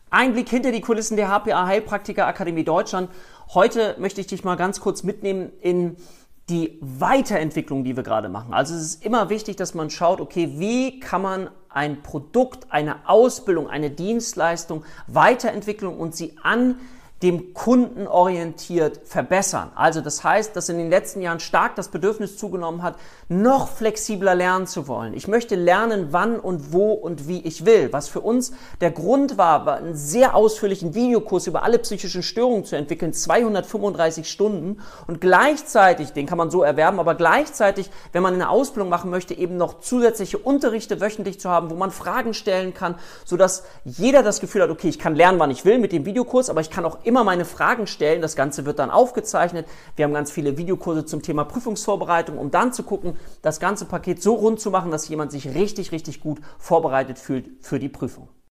Ein Blick hinter die Kulissen der HPA Heilpraktiker Akademie Deutschland. Heute möchte ich dich mal ganz kurz mitnehmen in die Weiterentwicklung, die wir gerade machen. Also es ist immer wichtig, dass man schaut, okay, wie kann man ein Produkt, eine Ausbildung, eine Dienstleistung weiterentwickeln und sie an dem Kunden orientiert verbessern. Also das heißt, dass in den letzten Jahren stark das Bedürfnis zugenommen hat, noch flexibler lernen zu wollen. Ich möchte lernen, wann und wo und wie ich will. Was für uns der Grund war einen sehr ausführlichen Videokurs über alle psychischen Störungen zu entwickeln, 235 Stunden und gleichzeitig, den kann man so erwerben, aber gleichzeitig, wenn man eine Ausbildung machen möchte, eben noch zusätzliche Unterrichte wöchentlich zu haben, wo man Fragen stellen kann, sodass jeder das Gefühl hat, okay, ich kann lernen, wann ich will mit dem Videokurs, aber ich kann auch immer meine Fragen stellen. Das Ganze wird dann aufgezeichnet. Wir haben ganz viele Videokurse zum Thema Prüfungsvorbereitung, um dann zu gucken, das ganze Paket so rund zu machen, dass jemand sich richtig, richtig gut vorbereitet fühlt für die Prüfung.